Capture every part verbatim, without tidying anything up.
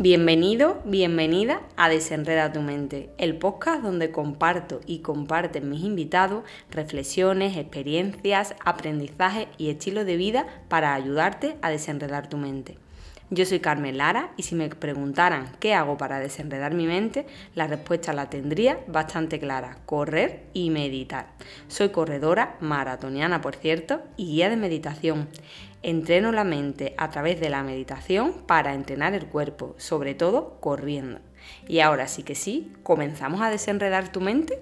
Bienvenido, bienvenida a Desenreda tu mente, el podcast donde comparto y comparten mis invitados reflexiones, experiencias, aprendizajes y estilos de vida para ayudarte a desenredar tu mente. Yo soy Carmen Lara y si me preguntaran qué hago para desenredar mi mente, la respuesta la tendría bastante clara: correr y meditar. Soy corredora, maratoniana por cierto, y guía de meditación. Entreno la mente a través de la meditación para entrenar el cuerpo, sobre todo corriendo. Y ahora sí que sí, ¿comenzamos a desenredar tu mente?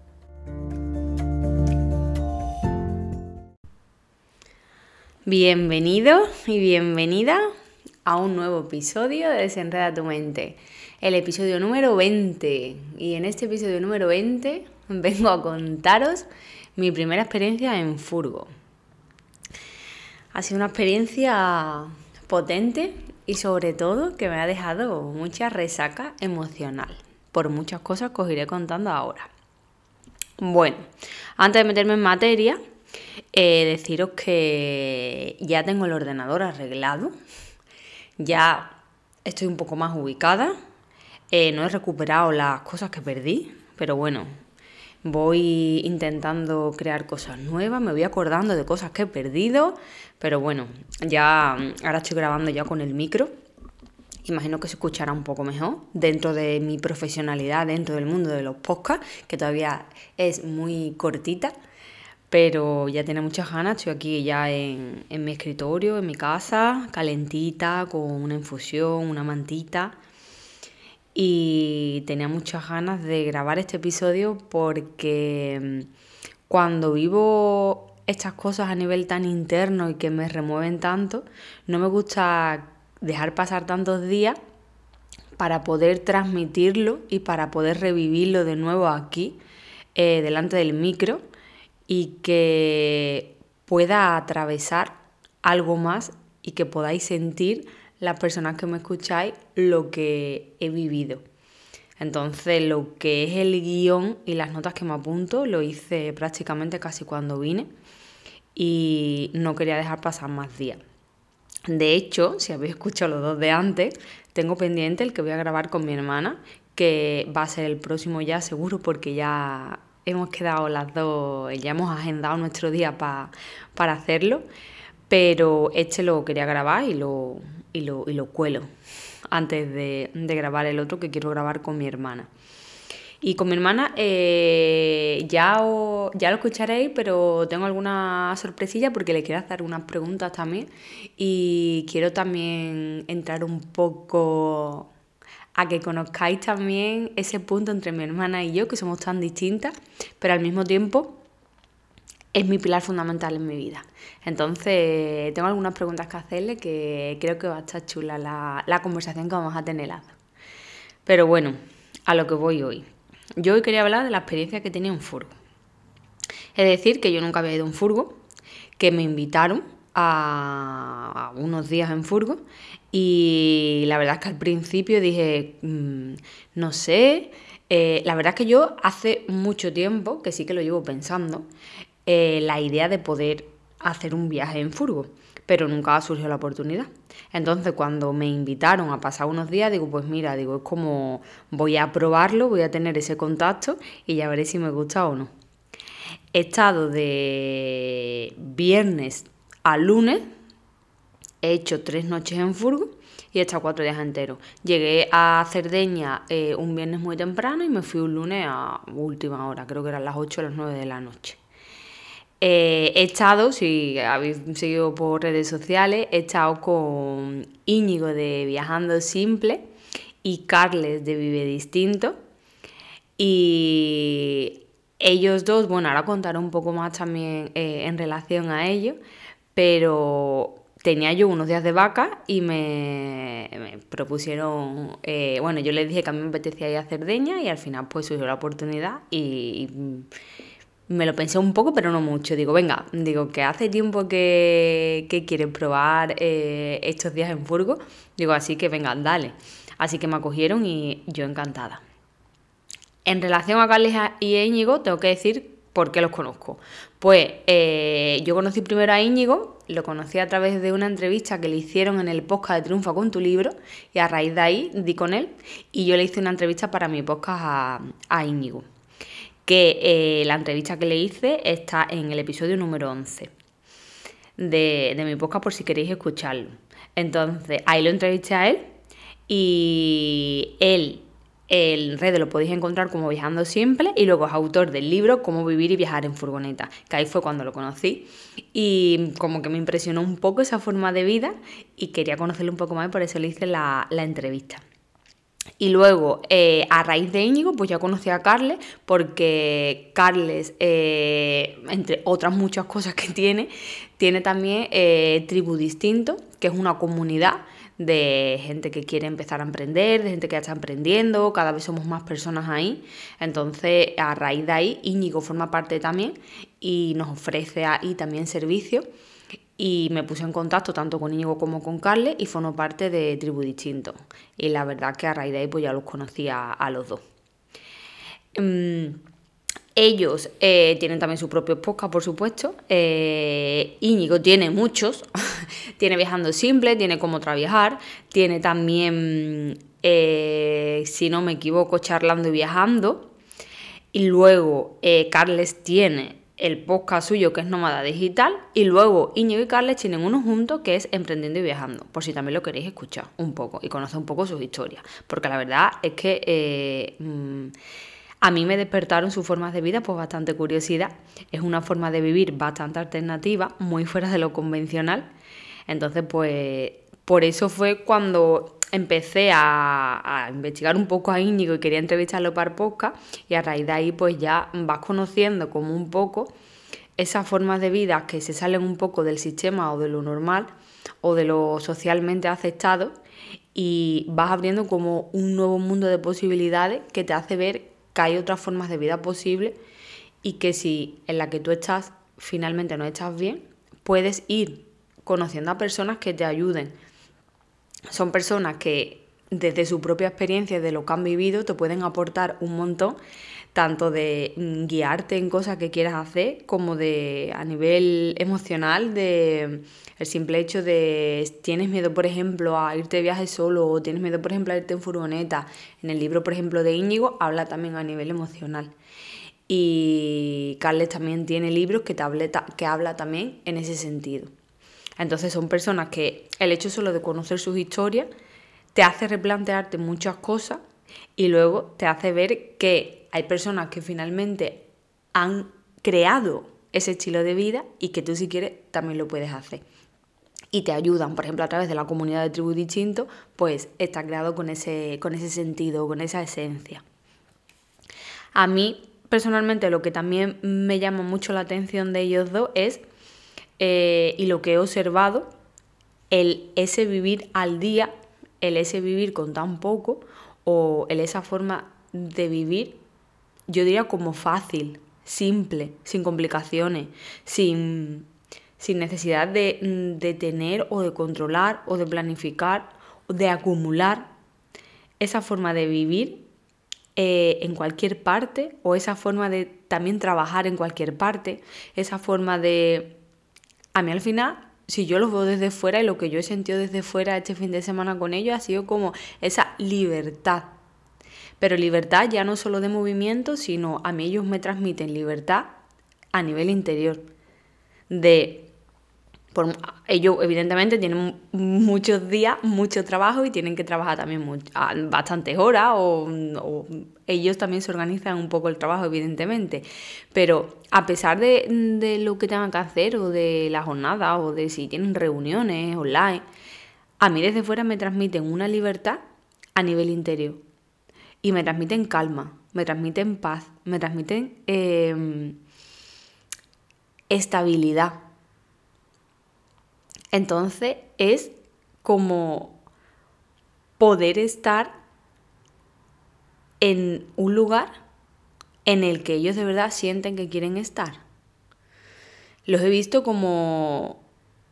Bienvenido y bienvenida a un nuevo episodio de Desenreda tu mente, el episodio número veinte. Y en este episodio número veinte vengo a contaros mi primera experiencia en furgo. Ha sido una experiencia potente y sobre todo que me ha dejado mucha resaca emocional por muchas cosas que os iré contando ahora. Bueno, antes de meterme en materia, eh, deciros que ya tengo el ordenador arreglado, ya estoy un poco más ubicada, eh, no he recuperado las cosas que perdí, pero bueno, voy intentando crear cosas nuevas, me voy acordando de cosas que he perdido, pero bueno, ya ahora estoy grabando ya con el micro. Imagino que se escuchará un poco mejor dentro de mi profesionalidad, dentro del mundo de los podcasts, que todavía es muy cortita, pero ya tiene muchas ganas. Estoy aquí ya en, en mi escritorio, en mi casa, calentita, con una infusión, una mantita. Y tenía muchas ganas de grabar este episodio porque cuando vivo estas cosas a nivel tan interno y que me remueven tanto, no me gusta dejar pasar tantos días para poder transmitirlo y para poder revivirlo de nuevo aquí, eh, delante del micro, y que pueda atravesar algo más y que podáis sentir, las personas que me escucháis, lo que he vivido. Entonces, lo que es el guión y las notas que me apunto, lo hice prácticamente casi cuando vine y no quería dejar pasar más días. De hecho, si habéis escuchado los dos de antes, tengo pendiente el que voy a grabar con mi hermana, que va a ser el próximo ya seguro, porque ya hemos quedado las dos, ya hemos agendado nuestro día pa, para hacerlo, pero este lo quería grabar y lo, y lo, y lo cuelo antes de, de grabar el otro que quiero grabar con mi hermana. Y con mi hermana eh, ya, os, ya lo escucharéis, pero tengo alguna sorpresilla porque le quiero hacer unas preguntas también y quiero también entrar un poco a que conozcáis también ese punto entre mi hermana y yo, que somos tan distintas, pero al mismo tiempo es mi pilar fundamental en mi vida. Entonces tengo algunas preguntas que hacerle que creo que va a estar chula la, la conversación que vamos a tener las dos. Pero bueno, a lo que voy hoy. Yo hoy quería hablar de la experiencia que tenía en furgo. Es decir, que yo nunca había ido a un furgo, que me invitaron a, a unos días en furgo y la verdad es que al principio dije, mmm, no sé, eh, la verdad es que yo hace mucho tiempo, que sí que lo llevo pensando, eh, la idea de poder hacer un viaje en furgo, pero nunca surgió la oportunidad. Entonces, cuando me invitaron a pasar unos días, digo, pues mira, digo, es como voy a probarlo, voy a tener ese contacto y ya veré si me gusta o no. He estado de viernes a lunes, he hecho tres noches en furgo y he estado cuatro días enteros. Llegué a Cerdeña eh, un viernes muy temprano y me fui un lunes a última hora, creo que eran las ocho o las nueve de la noche. Eh, he estado, si habéis seguido por redes sociales, he estado con Íñigo de Viajando Simple y Carles de Vive Distinto. Y ellos dos, bueno, ahora contaré un poco más también eh, en relación a ellos, pero tenía yo unos días de vaca y me, me propusieron, eh, bueno, yo les dije que a mí me apetecía ir a Cerdeña y al final pues surgió la oportunidad y... y me lo pensé un poco, pero no mucho. Digo, venga, digo que hace tiempo que, que quieren probar eh, estos días en furgo. Digo, así que venga, dale. Así que me acogieron y yo encantada. En relación a Carles y Íñigo, tengo que decir por qué los conozco. Pues eh, yo conocí primero a Íñigo, lo conocí a través de una entrevista que le hicieron en el podcast de Triunfa con tu libro, y a raíz de ahí di con él y yo le hice una entrevista para mi podcast a, a Íñigo, que eh, la entrevista que le hice está en el episodio número once de, de mi podcast, por si queréis escucharlo. Entonces ahí lo entrevisté a él y él... En redes lo podéis encontrar como Viajando Simple y luego es autor del libro Cómo vivir y viajar en furgoneta, que ahí fue cuando lo conocí y como que me impresionó un poco esa forma de vida y quería conocerlo un poco más y por eso le hice la, la entrevista. Y luego, eh, a raíz de Íñigo, pues ya conocí a Carles, porque Carles, eh, entre otras muchas cosas que tiene, tiene también eh, Tribu Distinto, que es una comunidad de gente que quiere empezar a emprender, de gente que ya está emprendiendo, cada vez somos más personas ahí. Entonces, a raíz de ahí, Íñigo forma parte también y nos ofrece ahí también servicios. Y me puse en contacto tanto con Íñigo como con Carles y formó parte de Tribu Distinto. Y la verdad que a raíz de ahí pues ya los conocía a los dos. Um, ellos eh, tienen también sus propios podcasts, por supuesto. Eh, Íñigo tiene muchos. Tiene Viajando Simple, tiene Cómo Traviajar, tiene también, eh, si no me equivoco, Charlando y Viajando. Y luego eh, Carles tiene el podcast suyo, que es Nómada Digital, y luego Íñigo y Carles tienen uno juntos que es Emprendiendo y Viajando, por si también lo queréis escuchar un poco y conocer un poco sus historias, porque la verdad es que eh, mmm, a mí me despertaron sus formas de vida pues bastante curiosidad. Es una forma de vivir bastante alternativa, muy fuera de lo convencional. Entonces pues por eso fue cuando empecé a, a investigar un poco a Íñigo y quería entrevistarlo para el podcast, y a raíz de ahí pues ya vas conociendo como un poco esas formas de vida que se salen un poco del sistema o de lo normal o de lo socialmente aceptado, y vas abriendo como un nuevo mundo de posibilidades que te hace ver que hay otras formas de vida posibles y que si en la que tú estás finalmente no estás bien, puedes ir conociendo a personas que te ayuden. Son personas que desde su propia experiencia, de lo que han vivido, te pueden aportar un montón, tanto de guiarte en cosas que quieras hacer, como de a nivel emocional, de el simple hecho de tienes miedo, por ejemplo, a irte de viaje solo, o tienes miedo, por ejemplo, a irte en furgoneta. En el libro, por ejemplo, de Íñigo, habla también a nivel emocional. Y Carles también tiene libros que, te hable, que habla también en ese sentido. Entonces son personas que el hecho solo de conocer sus historias te hace replantearte muchas cosas y luego te hace ver que hay personas que finalmente han creado ese estilo de vida y que tú, si quieres, también lo puedes hacer. Y te ayudan, por ejemplo, a través de la comunidad de Tribu Distinto, pues está creado con ese, con ese sentido, con esa esencia. A mí, personalmente, lo que también me llama mucho la atención de ellos dos es, eh, y lo que he observado, el ese vivir al día, el ese vivir con tan poco, o el esa forma de vivir, yo diría como fácil, simple, sin complicaciones, sin, sin necesidad de, de tener o de controlar o de planificar o de acumular. Esa forma de vivir eh, en cualquier parte, o esa forma de también trabajar en cualquier parte, esa forma de... A mí al final, si yo los veo desde fuera, y lo que yo he sentido desde fuera este fin de semana con ellos ha sido como esa libertad. Pero libertad ya no solo de movimiento, sino a mí ellos me transmiten libertad a nivel interior. De, por, ellos evidentemente tienen muchos días, mucho trabajo, y tienen que trabajar también mucho, bastantes horas, o, o ellos también se organizan un poco el trabajo, evidentemente. Pero a pesar de, de lo que tengan que hacer, o de la jornada, o de si tienen reuniones online, a mí desde fuera me transmiten una libertad a nivel interior. Y me transmiten calma, me transmiten paz, me transmiten eh, estabilidad. Entonces es como poder estar en un lugar en el que ellos de verdad sienten que quieren estar. Los he visto como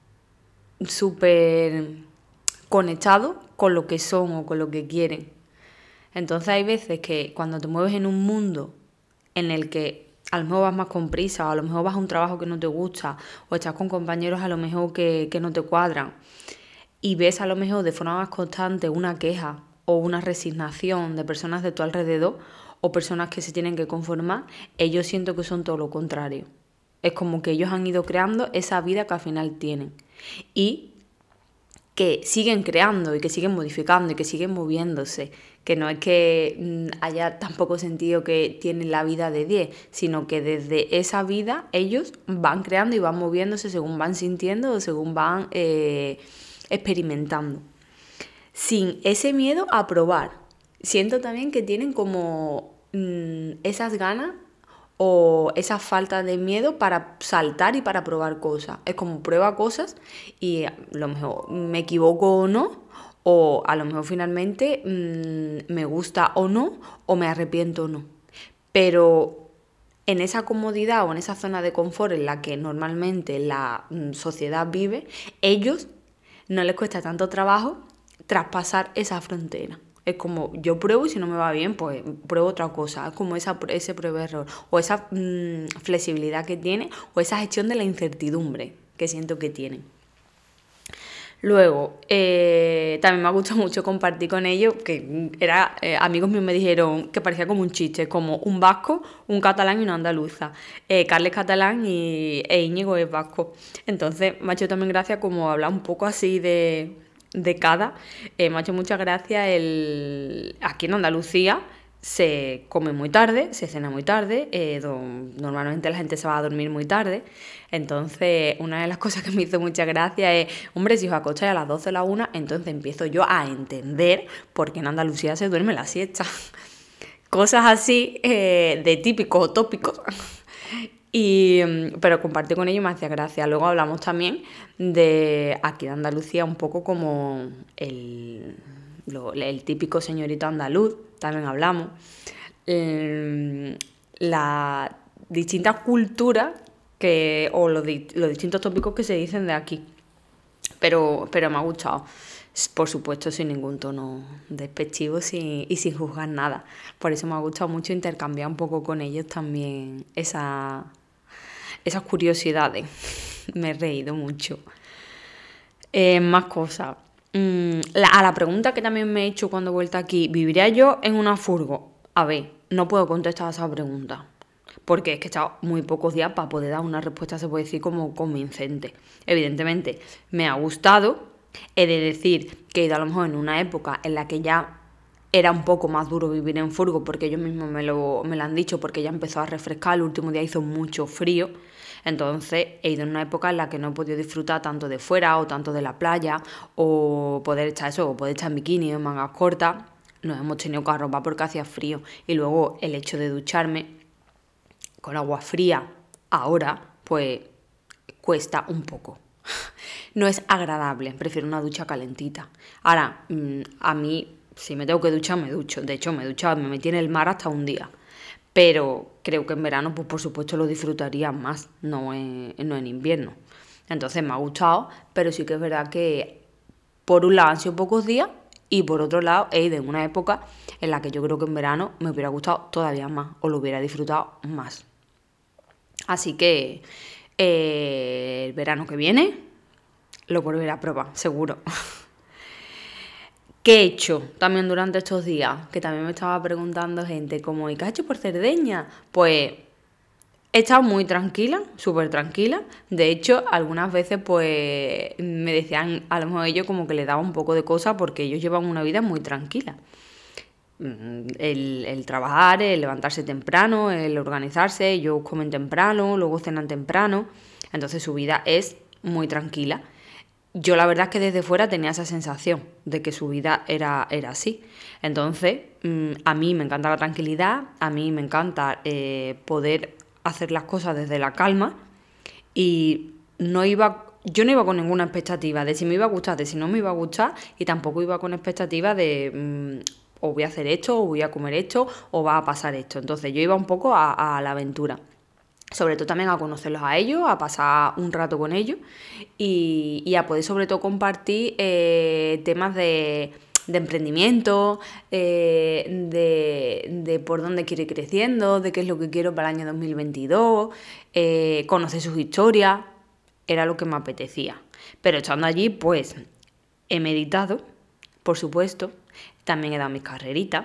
súper conectados con lo que son o con lo que quieren. Entonces hay veces que cuando te mueves en un mundo en el que a lo mejor vas más con prisa, o a lo mejor vas a un trabajo que no te gusta, o estás con compañeros a lo mejor que, que no te cuadran, y ves a lo mejor de forma más constante una queja o una resignación de personas de tu alrededor, o personas que se tienen que conformar, ellos siento que son todo lo contrario. Es como que ellos han ido creando esa vida que al final tienen. Y que siguen creando y que siguen modificando y que siguen moviéndose, que no es que haya tampoco sentido que tienen la vida de diez, sino que desde esa vida ellos van creando y van moviéndose según van sintiendo o según van eh, experimentando. Sin ese miedo a probar. Siento también que tienen como mmm, esas ganas o esa falta de miedo para saltar y para probar cosas. Es como prueba cosas y a lo mejor me equivoco o no, o a lo mejor finalmente mmm, me gusta o no, o me arrepiento o no. Pero en esa comodidad o en esa zona de confort en la que normalmente la mm, sociedad vive, ellos no les cuesta tanto trabajo traspasar esa frontera. Es como, yo pruebo y si no me va bien, pues pruebo otra cosa. Es como esa, ese prueba-error, o esa mmm, flexibilidad que tiene, o esa gestión de la incertidumbre que siento que tienen. Luego, eh, también me ha gustado mucho compartir con ellos, que era, eh, amigos míos me dijeron que parecía como un chiste, como un vasco, un catalán y una andaluza. Eh, Carles catalán y e Íñigo es vasco. Entonces, me ha hecho también gracia como hablar un poco así de... de cada, eh, me ha hecho mucha gracia el... Aquí en Andalucía se come muy tarde, se cena muy tarde, eh, do... normalmente la gente se va a dormir muy tarde, entonces una de las cosas que me hizo mucha gracia es, hombre, si os acostáis a las doce o la una, entonces empiezo yo a entender por qué en Andalucía se duerme la siesta. Cosas así eh, de típicos o tópicos. Y, pero compartir con ellos me hacía gracia. Luego hablamos también de aquí de Andalucía un poco como el, lo, el típico señorito andaluz, también hablamos. Eh, las distintas culturas que, o los, los distintos tópicos que se dicen de aquí. Pero, pero me ha gustado. Por supuesto, sin ningún tono despectivo sin, y sin juzgar nada. Por eso me ha gustado mucho intercambiar un poco con ellos también esa, esas curiosidades. Me he reído mucho. Eh, más cosas. Mm, la, a la pregunta que también me he hecho cuando he vuelto aquí, ¿viviría yo en una furgo? A ver, no puedo contestar a esa pregunta. Porque es que he estado muy pocos días para poder dar una respuesta, se puede decir, como convincente. Evidentemente, me ha gustado. He de decir que he ido a lo mejor en una época en la que ya era un poco más duro vivir en furgo, porque ellos mismos me lo, me lo han dicho, porque ya empezó a refrescar, el último día hizo mucho frío, entonces he ido en una época en la que no he podido disfrutar tanto de fuera o tanto de la playa, o poder echar eso, o poder echar en bikini o en mangas cortas. Nos hemos tenido que arropar porque hacía frío, y luego el hecho de ducharme con agua fría ahora, pues cuesta un poco. No es agradable, prefiero una ducha calentita. Ahora, a mí, si me tengo que duchar, me ducho. De hecho, me he duchado, me metí en el mar hasta un día. Pero creo que en verano, pues por supuesto, lo disfrutaría más, no en, no en invierno. Entonces me ha gustado, pero sí que es verdad que por un lado han sido pocos días y por otro lado he ido en una época en la que yo creo que en verano me hubiera gustado todavía más o lo hubiera disfrutado más. Así que eh, el verano que viene lo volveré a probar, seguro. ¿Qué he hecho también durante estos días? Que también me estaba preguntando gente como, ¿y qué has hecho por Cerdeña? Pues he estado muy tranquila, súper tranquila. De hecho, algunas veces pues me decían, a lo mejor ellos como que les daba un poco de cosa porque ellos llevan una vida muy tranquila. El, el trabajar, el levantarse temprano, el organizarse, ellos comen temprano, luego cenan temprano. Entonces su vida es muy tranquila. Yo la verdad es que desde fuera tenía esa sensación de que su vida era, era así. Entonces, mmm, a mí me encanta la tranquilidad, a mí me encanta eh, poder hacer las cosas desde la calma y no iba, yo no iba con ninguna expectativa de si me iba a gustar, de si no me iba a gustar, y tampoco iba con expectativa de mmm, o voy a hacer esto, o voy a comer esto, o va a pasar esto. Entonces yo iba un poco a, a la aventura. Sobre todo también a conocerlos a ellos, a pasar un rato con ellos y, y a poder sobre todo compartir eh, temas de, de emprendimiento, eh, de, de por dónde quiero ir creciendo, de qué es lo que quiero para el año dos mil veintidós, eh, conocer sus historias, era lo que me apetecía. Pero estando allí, pues, he meditado, por supuesto, también he dado mis carreritas,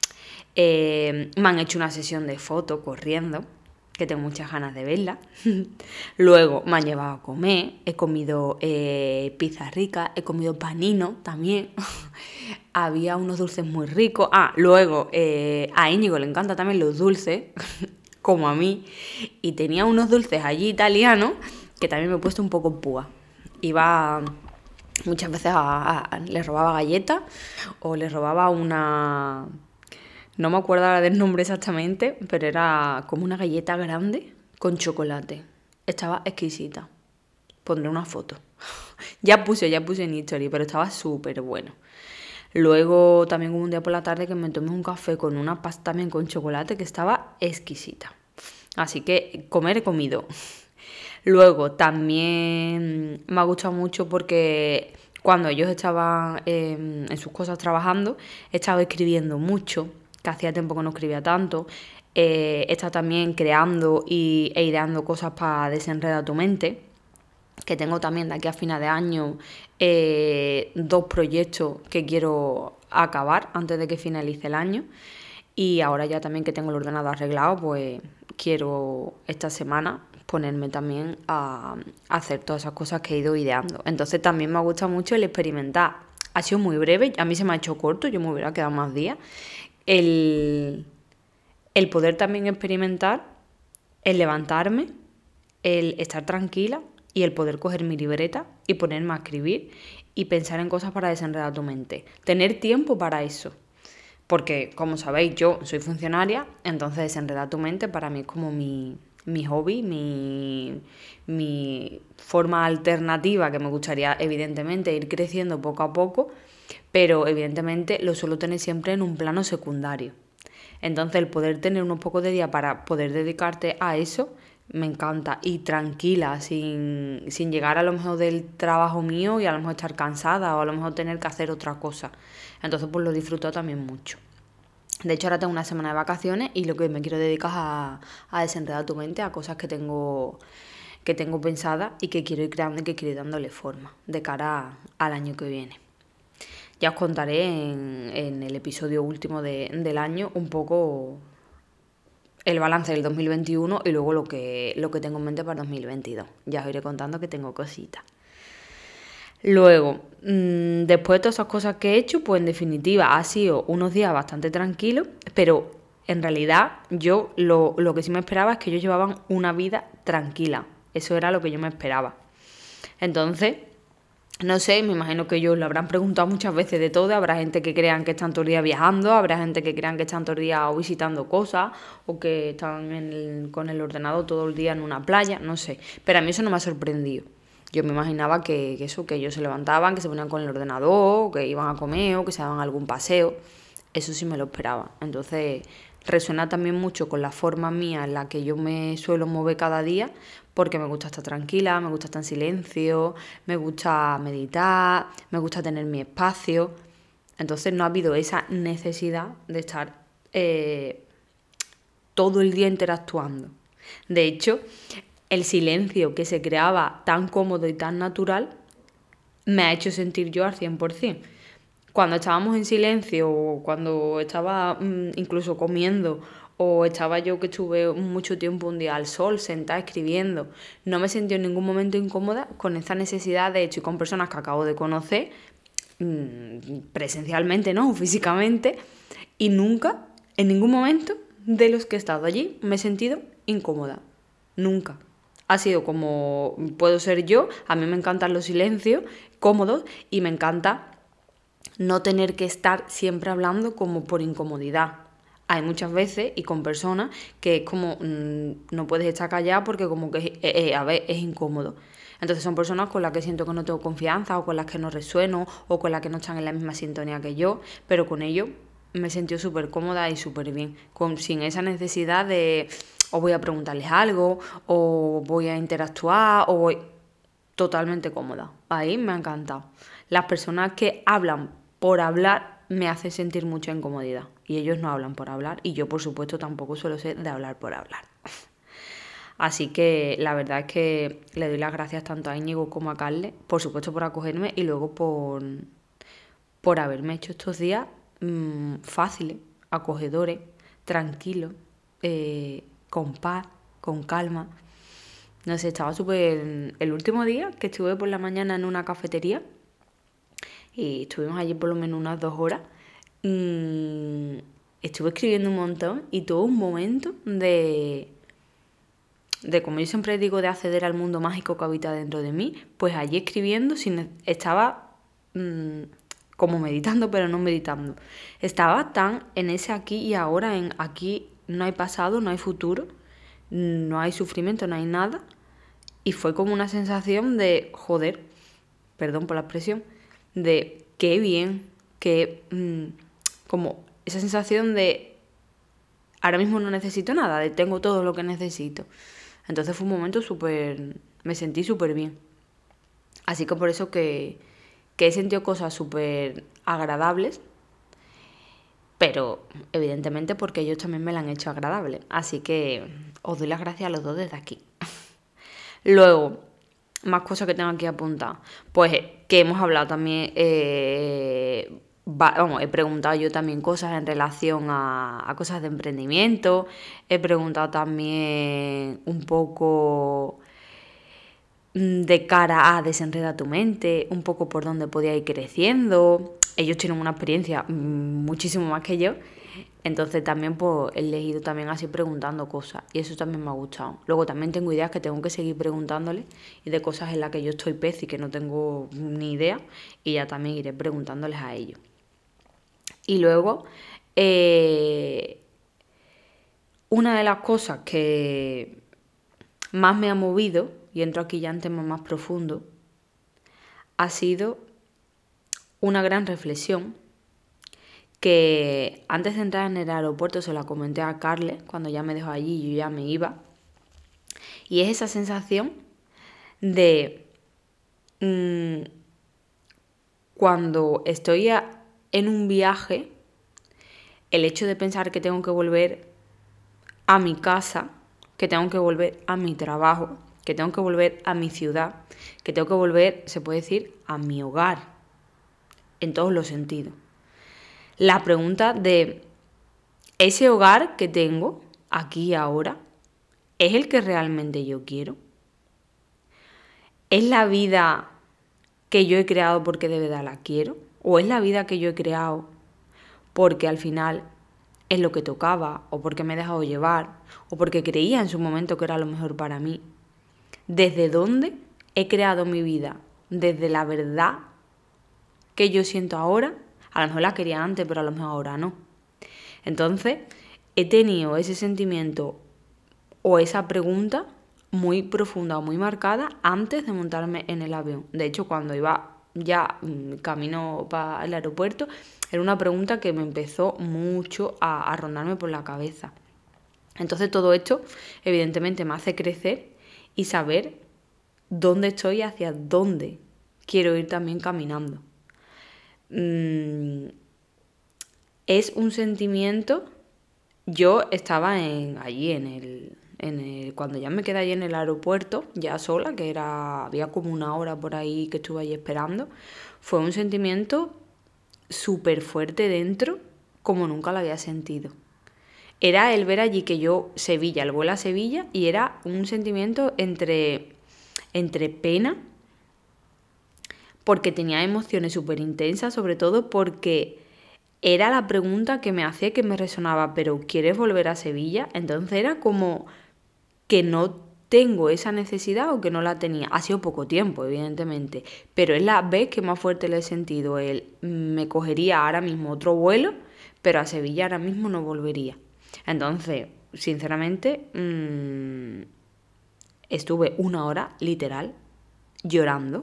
eh, me han hecho una sesión de fotos corriendo, que tengo muchas ganas de verla. Luego me han llevado a comer, he comido eh, pizza rica, he comido panino también. Había unos dulces muy ricos. Ah, luego eh, a Íñigo le encantan también los dulces, como a mí. Y tenía unos dulces allí italianos que también me he puesto un poco púa. Iba muchas veces a, a, le robaba galletas o le robaba una... No me acuerdo ahora del nombre exactamente, pero era como una galleta grande con chocolate. Estaba exquisita. Pondré una foto. ya puse, ya puse en History, pero estaba súper bueno. Luego también hubo un día por la tarde que me tomé un café con una pasta también con chocolate que estaba exquisita. Así que comer he comido. Luego también me ha gustado mucho porque cuando ellos estaban eh, en sus cosas trabajando, he estado escribiendo mucho, que hacía tiempo que no escribía tanto. Eh, he estado también creando y, e ideando cosas para desenredar tu mente, que tengo también de aquí a final de año eh, dos proyectos que quiero acabar antes de que finalice el año. Y ahora ya también que tengo el ordenador arreglado, pues quiero esta semana ponerme también a, a hacer todas esas cosas que he ido ideando. Entonces también me ha gustado mucho el experimentar. Ha sido muy breve, a mí se me ha hecho corto, yo me hubiera quedado más días. El, el poder también experimentar, el levantarme, el estar tranquila y el poder coger mi libreta y ponerme a escribir y pensar en cosas para desenredar tu mente. Tener tiempo para eso. Porque, como sabéis, yo soy funcionaria, entonces desenredar tu mente para mí es como mi, mi hobby, mi, mi forma alternativa que me gustaría, evidentemente, ir creciendo poco a poco, pero evidentemente lo suelo tener siempre en un plano secundario. Entonces, el poder tener unos pocos de día para poder dedicarte a eso, me encanta. Y tranquila, sin, sin llegar a lo mejor del trabajo mío y a lo mejor estar cansada o a lo mejor tener que hacer otra cosa. Entonces pues lo disfruto también mucho. De hecho ahora tengo una semana de vacaciones y lo que me quiero dedicar es a, a desenredar tu mente, a cosas que tengo, que tengo pensadas y que quiero ir creando y que quiero ir dándole forma de cara a, al año que viene. Ya os contaré en, en el episodio último de, del año un poco el balance del dos mil veintiuno y luego lo que, lo que tengo en mente para dos mil veintidós. Ya os iré contando que tengo cositas. Luego, mmm, después de todas esas cosas que he hecho, pues en definitiva ha sido unos días bastante tranquilos, pero en realidad yo lo, lo que sí me esperaba es que ellos llevaban una vida tranquila. Eso era lo que yo me esperaba. Entonces, no sé, me imagino que ellos lo habrán preguntado muchas veces de todo. Habrá gente que crean que están todo el día viajando, habrá gente que crean que están todo el día o visitando cosas o que están en el, con el ordenador todo el día en una playa, no sé. Pero a mí eso no me ha sorprendido. Yo me imaginaba que, que eso, que ellos se levantaban, que se ponían con el ordenador, que iban a comer o que se daban algún paseo. Eso sí me lo esperaba. Entonces resuena también mucho con la forma mía en la que yo me suelo mover cada día, porque me gusta estar tranquila, me gusta estar en silencio, me gusta meditar, me gusta tener mi espacio. Entonces no ha habido esa necesidad de estar eh, todo el día interactuando. De hecho, el silencio que se creaba tan cómodo y tan natural me ha hecho sentir yo al cien por ciento. Cuando estábamos en silencio o cuando estaba mmm, incluso comiendo o estaba yo que estuve mucho tiempo un día al sol sentada escribiendo, no me sentí en ningún momento incómoda con esa necesidad. De hecho, y con personas que acabo de conocer mmm, presencialmente, ¿no? O físicamente, y nunca, en ningún momento de los que he estado allí, me he sentido incómoda. Nunca. Ha sido como puedo ser yo. A mí me encantan los silencios cómodos y me encanta no tener que estar siempre hablando como por incomodidad. Hay muchas veces y con personas que es como mmm, no puedes estar callada porque como que eh, eh, a ver, es incómodo. Entonces son personas con las que siento que no tengo confianza o con las que no resueno o con las que no están en la misma sintonía que yo, pero con ellos me he sentido súper cómoda y súper bien, con, sin esa necesidad de o voy a preguntarles algo, o voy a interactuar, o voy totalmente cómoda. Ahí me ha encantado. Las personas que hablan por hablar me hace sentir mucha incomodidad. Y ellos no hablan por hablar y yo, por supuesto, tampoco suelo ser de hablar por hablar. Así que la verdad es que le doy las gracias tanto a Íñigo como a Carle, por supuesto por acogerme y luego por, por haberme hecho estos días mmm, fáciles, acogedores, tranquilos, eh, con paz, con calma. No sé, estaba súper... El último día que estuve por la mañana en una cafetería y estuvimos allí por lo menos unas dos horas, mmm, estuve escribiendo un montón y tuve un momento de... de como yo siempre digo, de acceder al mundo mágico que habita dentro de mí, pues allí escribiendo sin, estaba mmm, como meditando, pero no meditando. Estaba tan en ese aquí y ahora, en aquí no hay pasado, no hay futuro, no hay sufrimiento, no hay nada. Y fue como una sensación de, joder, perdón por la expresión, de qué bien, que mmm, como esa sensación de ahora mismo no necesito nada, de tengo todo lo que necesito. Entonces fue un momento súper... me sentí súper bien. Así que por eso que, que he sentido cosas súper agradables, pero evidentemente porque ellos también me la han hecho agradable. Así que os doy las gracias a los dos desde aquí. Luego, más cosas que tengo aquí apuntadas. Pues que hemos hablado también... Eh, va, vamos, he preguntado yo también cosas en relación a, a cosas de emprendimiento. He preguntado también un poco de cara a desenreda tu mente, un poco por dónde podía ir creciendo. Ellos tienen una experiencia muchísimo más que yo, entonces también pues he leído también así preguntando cosas y eso también me ha gustado. Luego también tengo ideas que tengo que seguir preguntándoles y de cosas en las que yo estoy pez y que no tengo ni idea y ya también iré preguntándoles a ellos. Y luego eh, una de las cosas que más me ha movido, y entro aquí ya en temas más profundos, ha sido una gran reflexión que antes de entrar en el aeropuerto se la comenté a Carle cuando ya me dejó allí y yo ya me iba. Y es esa sensación de mmm, cuando estoy a, en un viaje, el hecho de pensar que tengo que volver a mi casa, que tengo que volver a mi trabajo, que tengo que volver a mi ciudad, que tengo que volver, se puede decir, a mi hogar, en todos los sentidos. La pregunta de, ¿ese hogar que tengo aquí y ahora es el que realmente yo quiero? ¿Es la vida que yo he creado porque de verdad la quiero? ¿O es la vida que yo he creado porque al final es lo que tocaba, o porque me he dejado llevar, o porque creía en su momento que era lo mejor para mí? ¿Desde dónde he creado mi vida? ¿Desde la verdad que yo siento ahora? A lo mejor la quería antes, pero a lo mejor ahora no. Entonces, he tenido ese sentimiento o esa pregunta muy profunda o muy marcada antes de montarme en el avión. De hecho, cuando iba ya camino para el aeropuerto, era una pregunta que me empezó mucho a, a rondarme por la cabeza. Entonces, todo esto, evidentemente, me hace crecer y saber dónde estoy y hacia dónde quiero ir también caminando. Mm, es un sentimiento... Yo estaba en, allí en el, en el... Cuando ya me quedé allí en el aeropuerto, ya sola, que era había como una hora por ahí que estuve allí esperando, fue un sentimiento súper fuerte dentro, como nunca lo había sentido. Era el ver allí que yo, Sevilla, el vuelo a Sevilla, y era un sentimiento entre, entre pena, porque tenía emociones súper intensas, sobre todo porque era la pregunta que me hacía, que me resonaba, ¿pero quieres volver a Sevilla? Entonces era como que no tengo esa necesidad o que no la tenía. Ha sido poco tiempo, evidentemente, pero es la vez que más fuerte le he sentido. El, me cogería ahora mismo otro vuelo, pero a Sevilla ahora mismo no volvería. Entonces, sinceramente, mmm, estuve una hora, literal, llorando.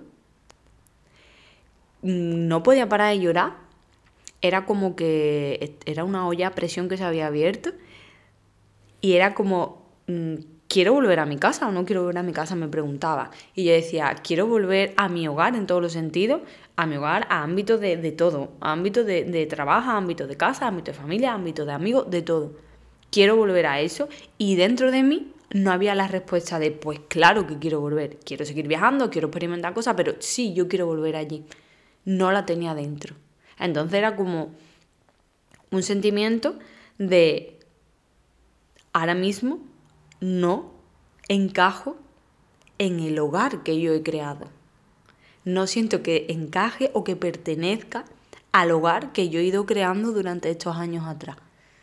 No podía parar de llorar. Era como que era una olla a presión que se había abierto y era como, ¿quiero volver a mi casa o no quiero volver a mi casa? Me preguntaba. Y yo decía, quiero volver a mi hogar en todos los sentidos, a mi hogar, a ámbitos de, de todo, a ámbitos de, de trabajo, a ámbitos de casa, a ámbitos de familia, a ámbitos de amigos, de todo. Quiero volver a eso y dentro de mí no había la respuesta de, pues claro que quiero volver, quiero seguir viajando, quiero experimentar cosas, pero sí, yo quiero volver allí. No la tenía dentro. Entonces era como un sentimiento de, ahora mismo no encajo en el hogar que yo he creado. No siento que encaje o que pertenezca al hogar que yo he ido creando durante estos años atrás.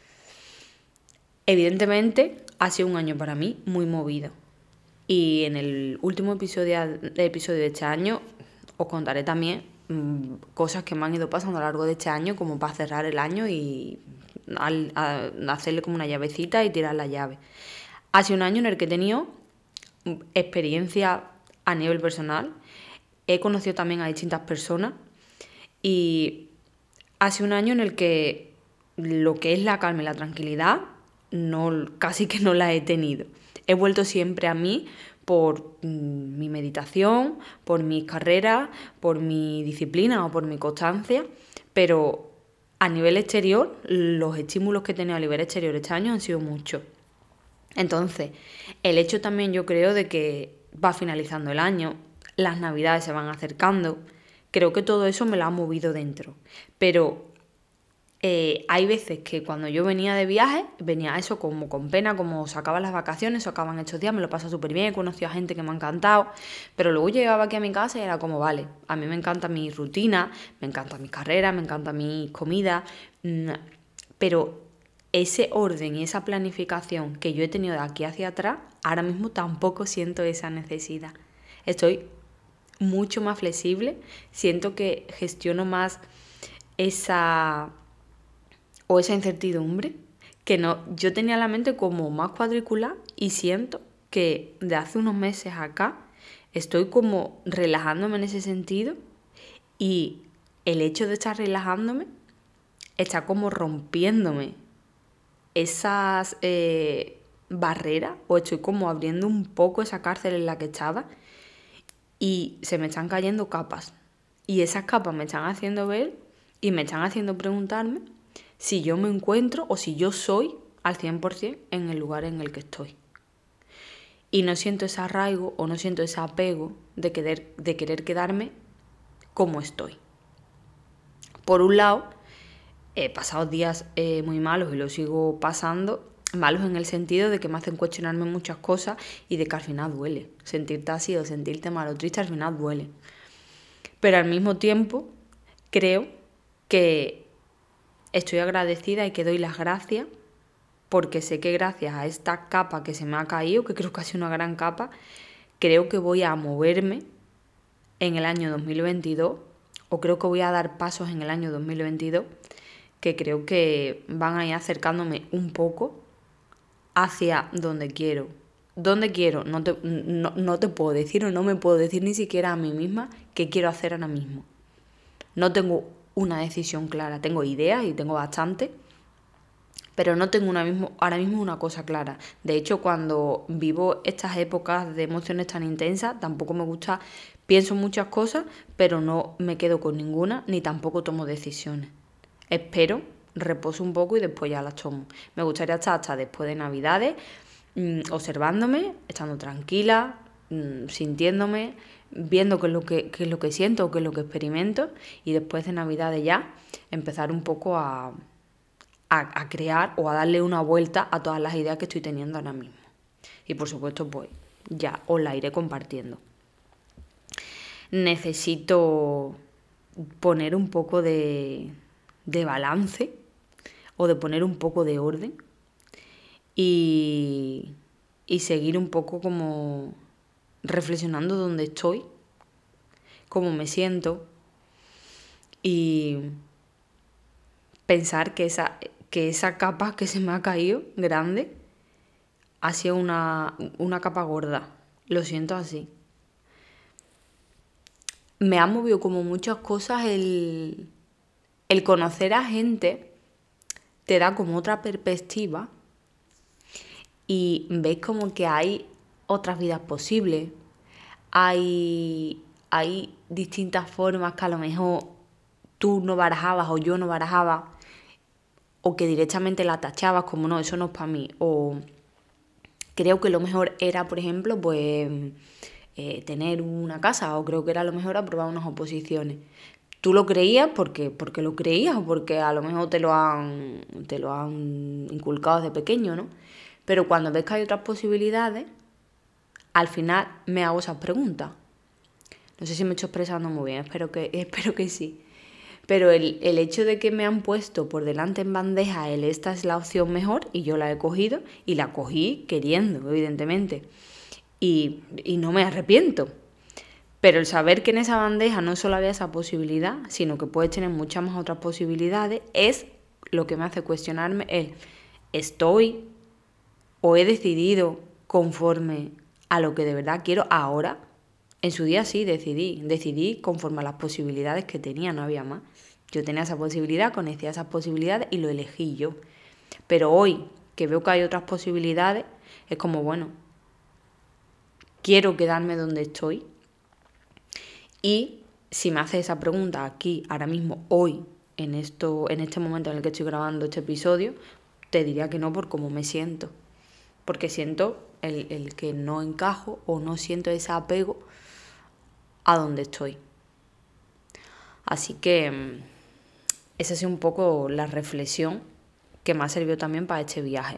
Evidentemente ha sido un año para mí muy movido. Y en el último episodio, episodio de este año os contaré también mmm, cosas que me han ido pasando a lo largo de este año, como para cerrar el año y al, a, hacerle como una llavecita y tirar la llave. Ha sido un año en el que he tenido experiencia a nivel personal, he conocido también a distintas personas y ha sido un año en el que lo que es la calma y la tranquilidad no, casi que no la he tenido. He vuelto siempre a mí por mmm, mi meditación, por mis carreras, por mi disciplina o por mi constancia, pero a nivel exterior, los estímulos que he tenido a nivel exterior este año han sido muchos. Entonces, el hecho también yo creo de que va finalizando el año, las navidades se van acercando, creo que todo eso me lo ha movido dentro. Pero eh, hay veces que cuando yo venía de viaje, venía eso como con pena, como se acaban las vacaciones, se acaban estos días, me lo paso súper bien, he conocido a gente que me ha encantado, pero luego llegaba aquí a mi casa y era como, vale, a mí me encanta mi rutina, me encanta mi carrera, me encanta mi comida, pero ese orden y esa planificación que yo he tenido de aquí hacia atrás, ahora mismo tampoco siento esa necesidad. Estoy mucho más flexible, siento que gestiono más esa o esa incertidumbre, que no, yo tenía la mente como más cuadriculada y siento que de hace unos meses acá estoy como relajándome en ese sentido y el hecho de estar relajándome está como rompiéndome esas eh, barreras o estoy como abriendo un poco esa cárcel en la que estaba y se me están cayendo capas y esas capas me están haciendo ver y me están haciendo preguntarme si yo me encuentro o si yo soy al cien por ciento en el lugar en el que estoy y no siento ese arraigo o no siento ese apego de querer, de querer quedarme como estoy. Por un lado, he pasado días eh, muy malos y lo sigo pasando, malos en el sentido de que me hacen cuestionarme muchas cosas y de que al final duele. Sentirte así o sentirte mal o triste al final duele. Pero al mismo tiempo creo que estoy agradecida y que doy las gracias porque sé que gracias a esta capa que se me ha caído, que creo que ha sido una gran capa, creo que voy a moverme en el año dos mil veintidós o creo que voy a dar pasos en el año dos mil veintidós que creo que van a ir acercándome un poco hacia donde quiero. ¿Dónde quiero? No te, no, no te puedo decir o no me puedo decir ni siquiera a mí misma qué quiero hacer ahora mismo. No tengo una decisión clara, tengo ideas y tengo bastante, pero no tengo una mismo, ahora mismo una cosa clara. De hecho, cuando vivo estas épocas de emociones tan intensas, tampoco me gusta, pienso muchas cosas, pero no me quedo con ninguna, ni tampoco tomo decisiones. Espero, reposo un poco y después ya las tomo. Me gustaría estar hasta después de Navidades, mmm, observándome, estando tranquila, mmm, sintiéndome, viendo qué es lo que, qué es lo que siento o qué es lo que experimento y después de Navidades ya empezar un poco a, a, a crear o a darle una vuelta a todas las ideas que estoy teniendo ahora mismo. Y por supuesto pues ya os la iré compartiendo. Necesito poner un poco de... de balance o de poner un poco de orden y, y seguir un poco como reflexionando dónde estoy, cómo me siento y pensar que esa, que esa capa que se me ha caído grande ha sido una, una capa gorda, lo siento así. Me ha movido como muchas cosas el... El conocer a gente te da como otra perspectiva y ves como que hay otras vidas posibles, hay, hay distintas formas que a lo mejor tú no barajabas o yo no barajaba, o que directamente la tachabas como no, eso no es para mí, o creo que lo mejor era, por ejemplo, pues eh, tener una casa, o creo que era lo mejor aprobar unas oposiciones. Tú lo creías porque, porque lo creías o porque a lo mejor te lo han, te lo han inculcado desde pequeño, ¿no? Pero cuando ves que hay otras posibilidades, al final me hago esas preguntas. No sé si me estoy expresando muy bien, espero que, espero que sí. Pero el, el hecho de que me han puesto por delante en bandeja el esta es la opción mejor y yo la he cogido y la cogí queriendo, evidentemente. Y, y no me arrepiento. Pero el saber que en esa bandeja no solo había esa posibilidad, sino que puedes tener muchas más otras posibilidades, es lo que me hace cuestionarme el ¿estoy o he decidido conforme a lo que de verdad quiero ahora? En su día sí decidí, decidí conforme a las posibilidades que tenía, no había más. Yo tenía esa posibilidad, conocía esas posibilidades y lo elegí yo. Pero hoy, que veo que hay otras posibilidades, es como, bueno, quiero quedarme donde estoy. Y si me haces esa pregunta aquí, ahora mismo, hoy, en, esto, en este momento en el que estoy grabando este episodio, te diría que no por cómo me siento. Porque siento el, el que no encajo o no siento ese apego a donde estoy. Así que esa ha sido un poco la reflexión que me ha servido también para este viaje.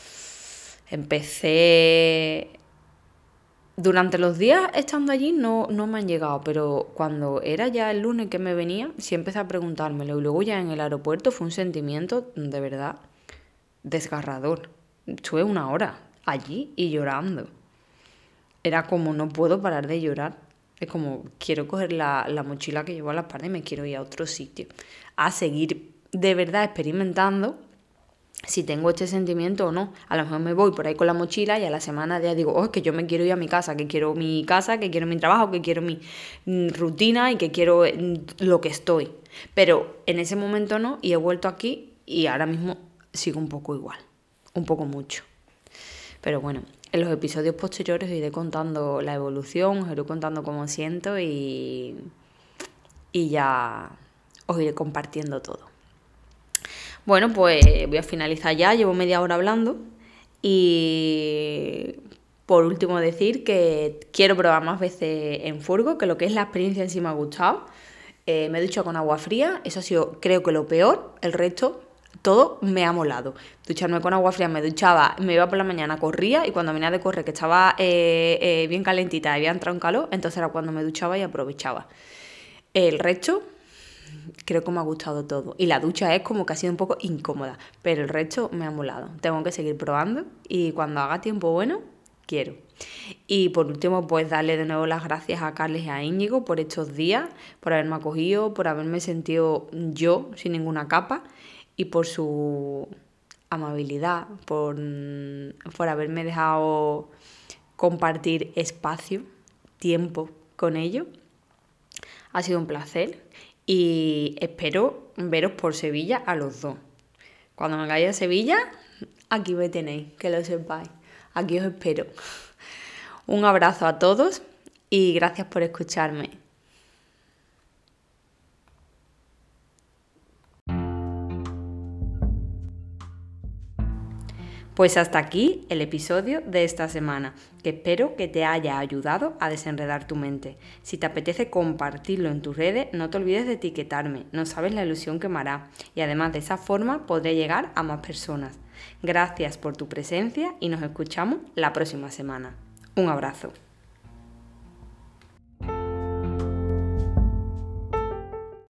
Empecé... Durante los días estando allí no, no me han llegado, pero cuando era ya el lunes que me venía, sí empecé a preguntármelo. Y luego ya en el aeropuerto fue un sentimiento de verdad desgarrador. Estuve una hora allí y llorando. Era como no puedo parar de llorar. Es como quiero coger la, la mochila que llevo a la espalda y me quiero ir a otro sitio. A seguir de verdad experimentando si tengo este sentimiento o no. A lo mejor me voy por ahí con la mochila y a la semana ya digo, oh, es que yo me quiero ir a mi casa, que quiero mi casa, que quiero mi trabajo, que quiero mi mm, rutina y que quiero mm, lo que estoy. Pero en ese momento no, y he vuelto aquí y ahora mismo sigo un poco igual, un poco mucho. Pero bueno, en los episodios posteriores os iré contando la evolución, os iré contando cómo siento y, y ya os iré compartiendo todo. Bueno, pues voy a finalizar ya, llevo media hora hablando y por último decir que quiero probar más veces en furgo, que lo que es la experiencia en sí me ha gustado. Eh, me he duchado con agua fría, eso ha sido creo que lo peor, el resto todo me ha molado. Ducharme con agua fría, me duchaba, me iba por la mañana, corría y cuando venía de correr que estaba eh, eh, bien calentita y había entrado en calor, entonces era cuando me duchaba y aprovechaba. El resto... creo que me ha gustado todo. Y la ducha es como que ha sido un poco incómoda, pero el resto me ha molado. Tengo que seguir probando y cuando haga tiempo bueno, quiero. Y por último, pues darle de nuevo las gracias a Carles y a Íñigo por estos días, por haberme acogido, por haberme sentido yo sin ninguna capa y por su amabilidad, por, por haberme dejado compartir espacio, tiempo con ellos. Ha sido un placer. Y espero veros por Sevilla a los dos. Cuando me vaya a Sevilla, aquí me tenéis, que lo sepáis. Aquí os espero. Un abrazo a todos y gracias por escucharme. Pues hasta aquí el episodio de esta semana, que espero que te haya ayudado a desenredar tu mente. Si te apetece compartirlo en tus redes, no te olvides de etiquetarme, no sabes la ilusión que me hará. Y además de esa forma podré llegar a más personas. Gracias por tu presencia y nos escuchamos la próxima semana. Un abrazo.